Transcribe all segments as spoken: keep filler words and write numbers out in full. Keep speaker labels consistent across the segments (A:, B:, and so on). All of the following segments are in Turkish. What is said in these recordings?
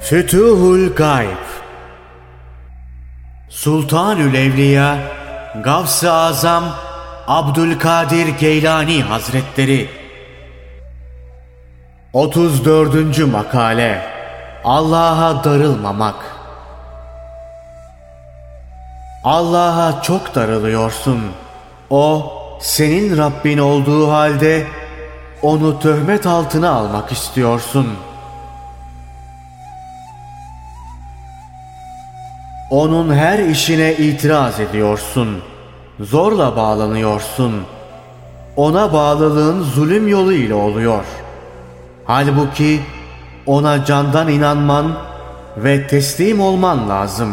A: Fütuhul Gayb. Sultanül Evliya Gavs-ı Azam Abdülkadir Geylani Hazretleri. otuz dördüncü makale. Allah'a darılmamak. Allah'a çok darılıyorsun. O senin Rabbin olduğu halde onu töhmet altına almak istiyorsun. Onun her işine itiraz ediyorsun. Zorla bağlanıyorsun. Ona bağlılığın zulüm yoluyla oluyor. Halbuki ona candan inanman ve teslim olman lazım.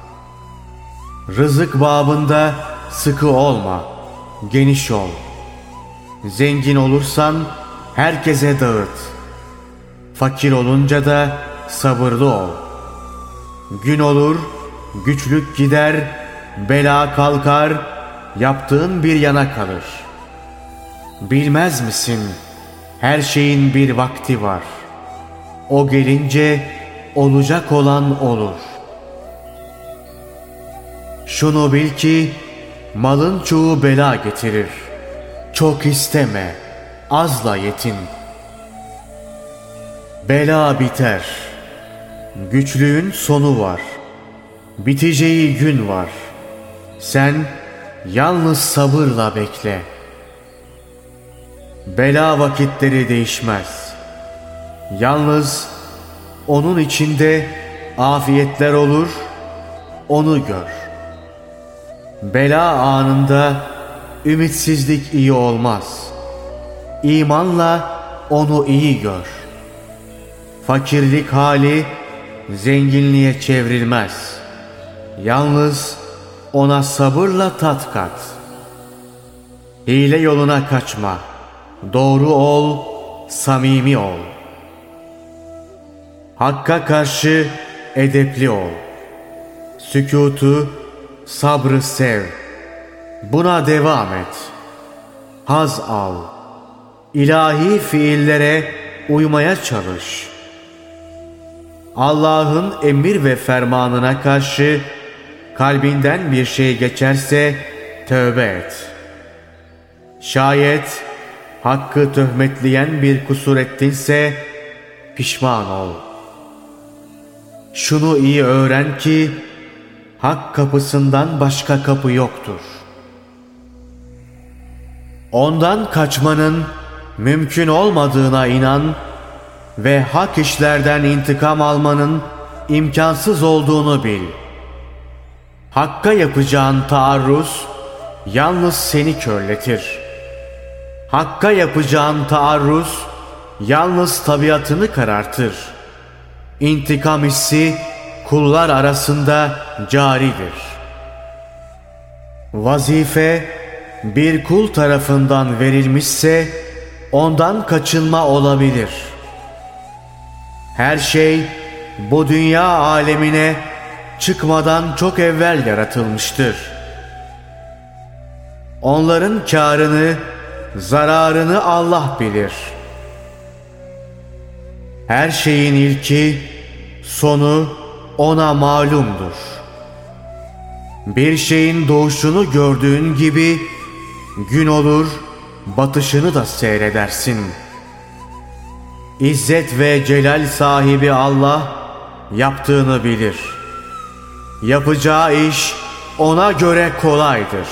A: Rızık babında sıkı olma, geniş ol. Zengin olursan herkese dağıt. Fakir olunca da sabırlı ol. Gün olur, güçlük gider, bela kalkar, yaptığın bir yana kalır. Bilmez misin? Her şeyin bir vakti var. O gelince olacak olan olur. Şunu bil ki malın çoğu bela getirir. Çok isteme, azla yetin. Bela biter. Güçlüğün sonu var. Biteceği gün var. Sen yalnız sabırla bekle. Bela vakitleri değişmez. Yalnız onun içinde afiyetler olur, onu gör. Bela anında ümitsizlik iyi olmaz. İmanla onu iyi gör. Fakirlik hali zenginliğe çevrilmez. Yalnız ona sabırla tat kat. Hile yoluna kaçma. Doğru ol, samimi ol. Hakka karşı edepli ol. Sükutu, sabrı sev. Buna devam et. Haz al. İlahi fiillere uymaya çalış. Allah'ın emir ve fermanına karşı kalbinden bir şey geçerse tövbe et. Şayet hakkı töhmetleyen bir kusur ettinse pişman ol. Şunu iyi öğren ki hak kapısından başka kapı yoktur. Ondan kaçmanın mümkün olmadığına inan ve hak işlerden intikam almanın imkansız olduğunu bil. Hakka yapacağın taarruz yalnız seni körletir. Hakka yapacağın taarruz yalnız tabiatını karartır. İntikam hissi kullar arasında caridir. Vazife bir kul tarafından verilmişse ondan kaçınma olabilir. Her şey bu dünya alemine çıkmadan çok evvel yaratılmıştır. Onların kârını, zararını Allah bilir. Her şeyin ilki, sonu ona malumdur. Bir şeyin doğuşunu gördüğün gibi gün olur, batışını da seyredersin. İzzet ve celal sahibi Allah yaptığını bilir. Yapacağı iş ona göre kolaydır.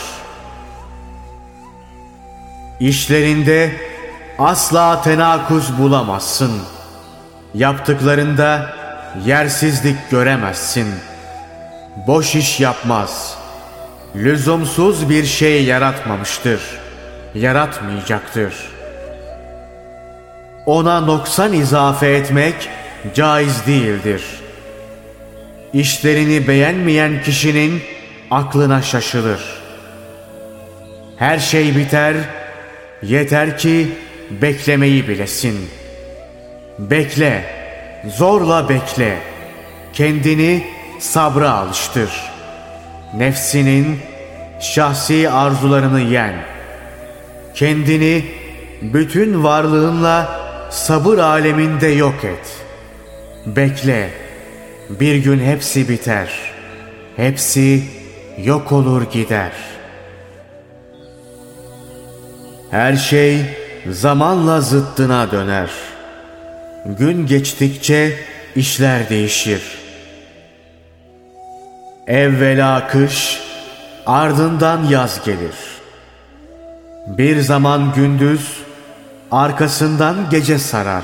A: İşlerinde asla tenakuz bulamazsın. Yaptıklarında yersizlik göremezsin. Boş iş yapmaz. Lüzumsuz bir şey yaratmamıştır. Yaratmayacaktır. Ona noksan izafe etmek caiz değildir. İşlerini beğenmeyen kişinin aklına şaşılır. Her şey biter, yeter ki beklemeyi bilesin. Bekle, zorla bekle. Kendini sabra alıştır. Nefsinin şahsi arzularını yen. Kendini bütün varlığınla sabır aleminde yok et. Bekle, bir gün hepsi biter. Hepsi yok olur gider. Her şey zamanla zıttına döner. Gün geçtikçe işler değişir. Evvela kış, ardından yaz gelir. Bir zaman gündüz, arkasından gece sarar.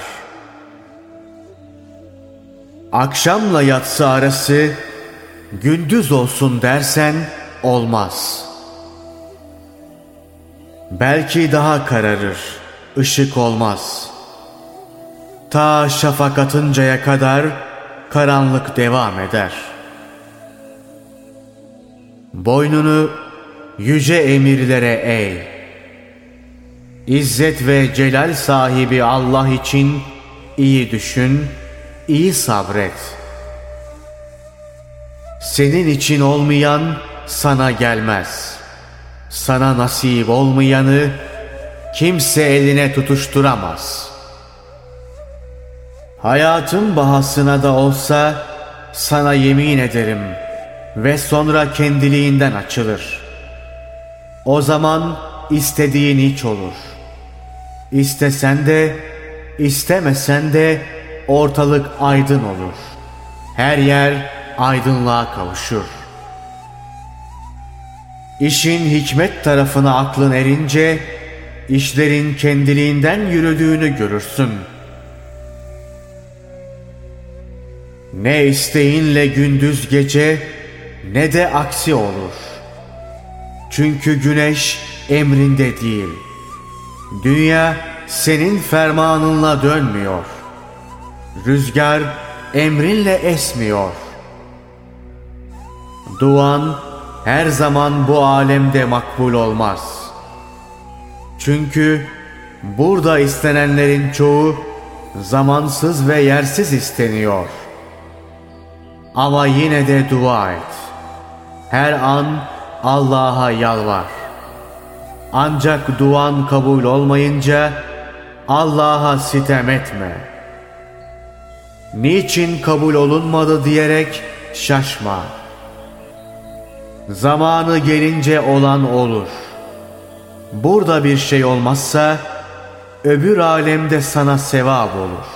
A: Akşamla yatsı arası gündüz olsun dersen olmaz. Belki daha kararır, ışık olmaz. Ta şafak atıncaya kadar karanlık devam eder. Boynunu yüce emirlere eğ. İzzet ve celal sahibi Allah için iyi düşün, iyi sabret. Senin için olmayan sana gelmez. Sana nasip olmayanı kimse eline tutuşturamaz. Hayatın bahasına da olsa sana yemin ederim ve sonra kendiliğinden açılır. O zaman istediğin hiç olur. İstesen de istemesen de ortalık aydın olur. Her yer aydınlığa kavuşur. İşin hikmet tarafına aklın erince işlerin kendiliğinden yürüdüğünü görürsün. Ne isteğinle gündüz gece ne de aksi olur. Çünkü güneş emrinde değil. Dünya senin fermanınla dönmüyor. Rüzgar emrinle esmiyor. Duan her zaman bu alemde makbul olmaz. Çünkü burada istenenlerin çoğu zamansız ve yersiz isteniyor. Ama yine de dua et. Her an Allah'a yalvar. Ancak duan kabul olmayınca Allah'a sitem etme. Niçin kabul olunmadı diyerek şaşma. Zamanı gelince olan olur. Burada bir şey olmazsa öbür alemde sana sevap olur.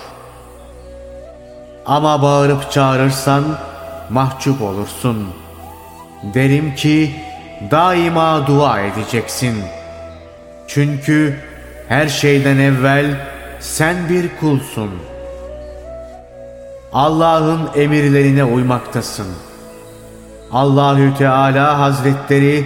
A: Ama bağırıp çağırırsan mahcup olursun. Derim ki daima dua edeceksin. Çünkü her şeyden evvel sen bir kulsun. Allah'ın emirlerine uymaktasın. Allahü Teala Hazretleri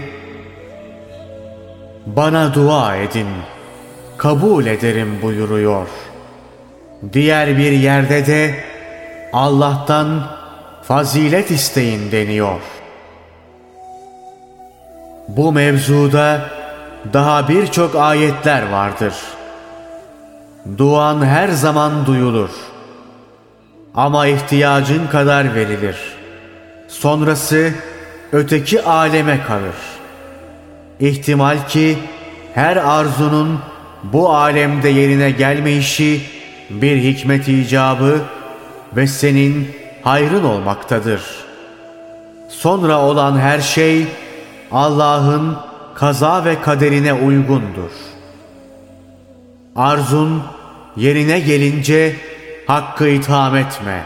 A: bana dua edin, kabul ederim buyuruyor. Diğer bir yerde de Allah'tan fazilet isteyin deniyor. Bu mevzuda daha birçok ayetler vardır. Duan her zaman duyulur. Ama ihtiyacın kadar verilir. Sonrası öteki aleme kalır. İhtimal ki her arzunun bu alemde yerine gelmeyişi bir hikmet icabı ve senin hayrın olmaktadır. Sonra olan her şey Allah'ın kaza ve kaderine uygundur. Arzun yerine gelince hakkı itham etme.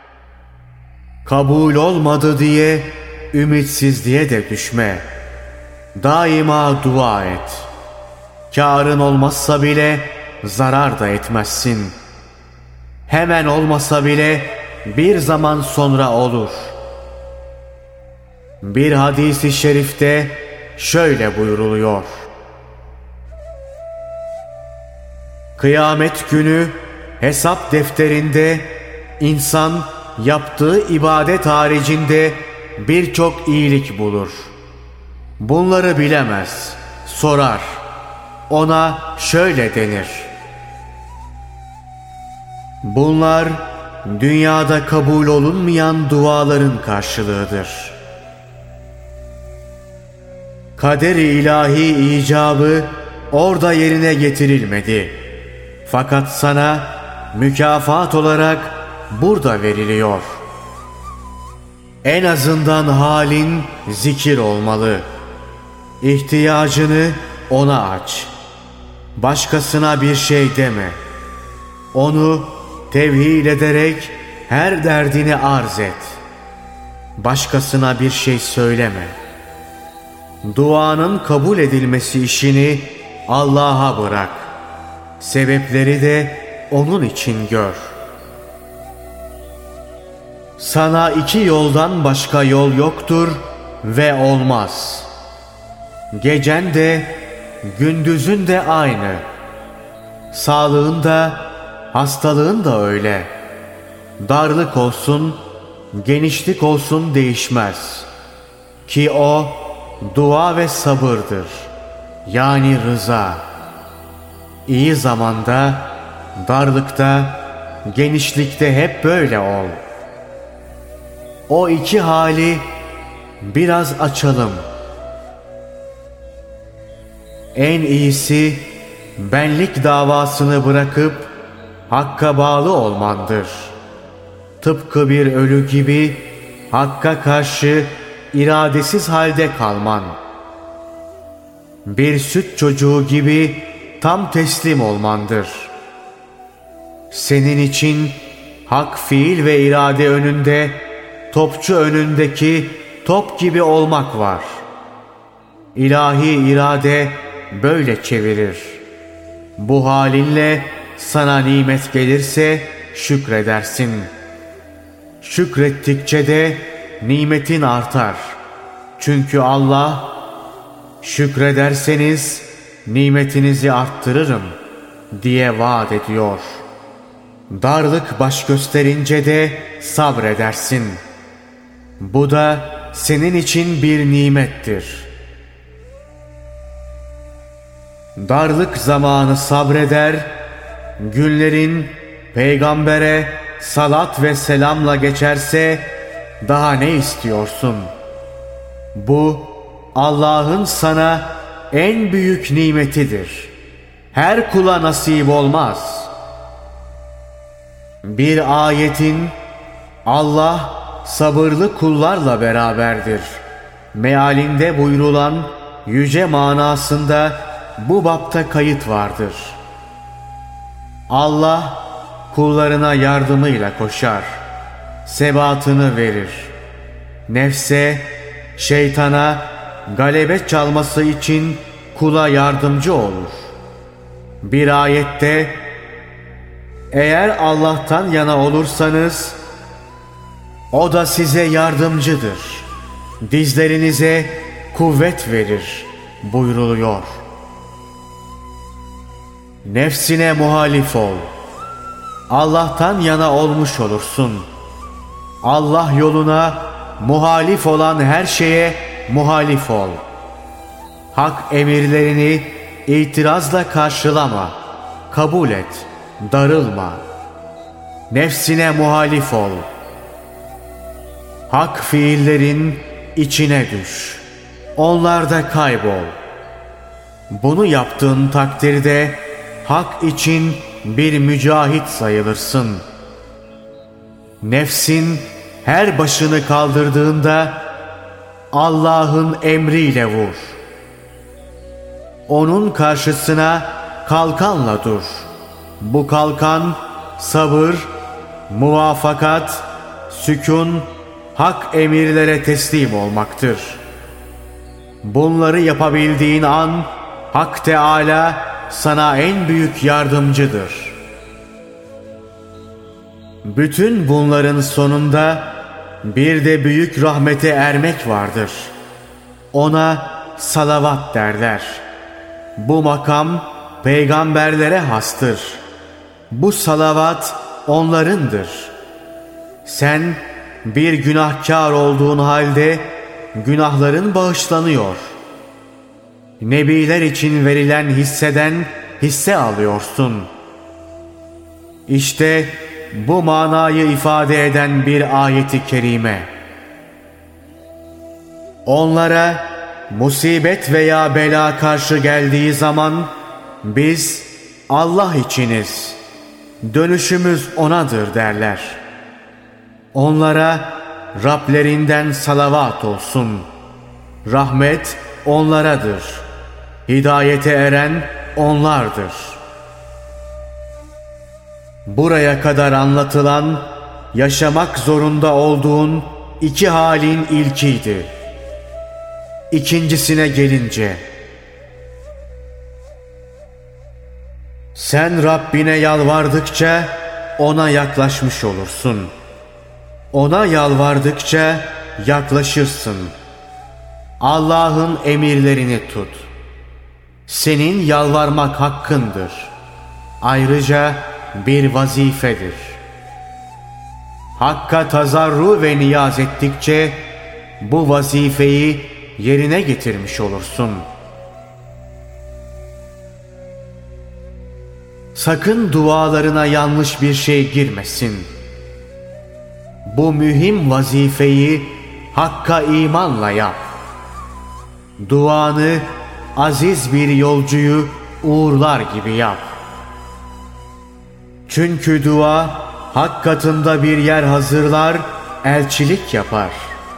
A: Kabul olmadı diye ümitsizliğe de düşme. Daima dua et. Kârın olmazsa bile zarar da etmezsin. Hemen olmasa bile bir zaman sonra olur. Bir hadis-i şerifte şöyle buyuruluyor. Kıyamet günü hesap defterinde insan yaptığı ibadet haricinde birçok iyilik bulur. Bunları bilemez, sorar. Ona şöyle denir. Bunlar dünyada kabul olunmayan duaların karşılığıdır. Kader-i ilahi icabı orada yerine getirilmedi. Fakat sana mükafat olarak burada veriliyor. En azından halin zikir olmalı. İhtiyacını ona aç. Başkasına bir şey deme. Onu tevhid ederek her derdini arz et. Başkasına bir şey söyleme. Duanın kabul edilmesi işini Allah'a bırak. Sebepleri de onun için gör. Sana iki yoldan başka yol yoktur ve olmaz. Gecen de gündüzün de aynı. Sağlığın da hastalığın da öyle. Darlık olsun, genişlik olsun değişmez. Ki o dua ve sabırdır. Yani rıza. İyi zamanda, darlıkta, genişlikte hep böyle ol. O iki hali biraz açalım. En iyisi benlik davasını bırakıp Hakk'a bağlı olmandır. Tıpkı bir ölü gibi Hakk'a karşı iradesiz halde kalman. Bir süt çocuğu gibi tam teslim olmandır. Senin için hak, fiil ve irade önünde, topçu önündeki top gibi olmak var. İlahi irade böyle çevirir. Bu halinle sana nimet gelirse şükredersin. Şükrettikçe de nimetin artar. Çünkü Allah, şükrederseniz nimetinizi arttırırım diye vaat ediyor. Darlık baş gösterince de sabredersin. Bu da senin için bir nimettir. Darlık zamanı sabreder, günlerin peygambere salat ve selamla geçerse daha ne istiyorsun? Bu Allah'ın sana en büyük nimetidir. Her kula nasip olmaz. Bir ayetin Allah sabırlı kullarla beraberdir mealinde buyurulan yüce manasında bu bapta kayıt vardır. Allah kullarına yardımıyla koşar, sebatını verir. Nefse, şeytana galebe çalması için kula yardımcı olur. Bir ayette, eğer Allah'tan yana olursanız, o da size yardımcıdır, dizlerinize kuvvet verir buyruluyor. Nefsine muhalif ol. Allah'tan yana olmuş olursun. Allah yoluna muhalif olan her şeye muhalif ol. Hak emirlerini itirazla karşılama, kabul et, darılma. Nefsine muhalif ol. Hak fiillerin içine düş. Onlarda kaybol. Bunu yaptığın takdirde hak için bir mücahit sayılırsın. Nefsin her başını kaldırdığında Allah'ın emriyle vur. Onun karşısına kalkanla dur. Bu kalkan sabır, muvafakat, sükun, hak emirlere teslim olmaktır. Bunları yapabildiğin an Hak Teâlâ sana en büyük yardımcıdır. Bütün bunların sonunda bir de büyük rahmete ermek vardır. Ona salavat derler. Bu makam peygamberlere hastır. Bu salavat onlarındır. Sen bir günahkar olduğun halde günahların bağışlanıyor. Nebiler için verilen hisseden hisse alıyorsun. İşte bu manayı ifade eden bir ayeti kerime. Onlara musibet veya bela karşı geldiği zaman biz Allah içiniz, dönüşümüz O'nadır derler. Onlara Rablerinden salavat olsun. Rahmet onlaradır. Hidayete eren onlardır. Buraya kadar anlatılan, yaşamak zorunda olduğun iki halin ilkiydi. İkincisine gelince, sen Rabbine yalvardıkça ona yaklaşmış olursun. Ona yalvardıkça yaklaşırsın. Allah'ın emirlerini tut. Senin yalvarmak hakkındır. Ayrıca bir vazifedir. Hakka tazarru ve niyaz ettikçe bu vazifeyi yerine getirmiş olursun. Sakın dualarına yanlış bir şey girmesin. Bu mühim vazifeyi Hakk'a imanla yap. Duanı aziz bir yolcuyu uğurlar gibi yap. Çünkü dua Hak katında bir yer hazırlar, elçilik yapar.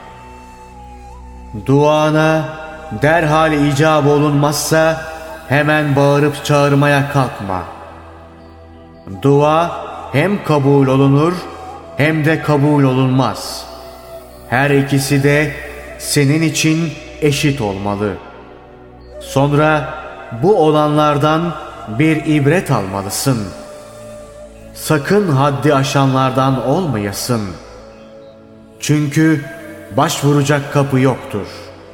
A: Duana derhal icap olunmazsa hemen bağırıp çağırmaya kalkma. Dua hem kabul olunur hem de kabul olunmaz. Her ikisi de senin için eşit olmalı. Sonra bu olanlardan bir ibret almalısın. Sakın haddi aşanlardan olmayasın. Çünkü başvuracak kapı yoktur.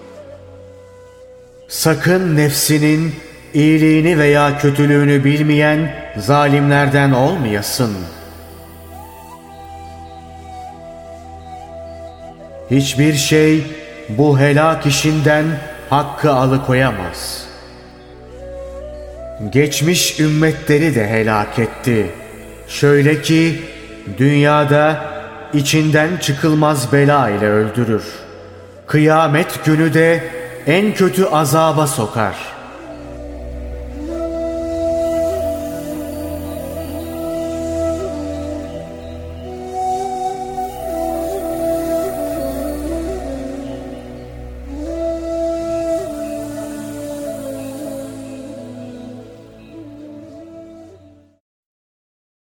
A: Sakın nefsinin iyiliğini veya kötülüğünü bilmeyen zalimlerden olmayasın. Hiçbir şey bu helak işinden Hakkı alıkoyamaz. Geçmiş ümmetleri de helak etti. Şöyle ki dünyada içinden çıkılmaz bela ile öldürür. Kıyamet günü de en kötü azaba sokar.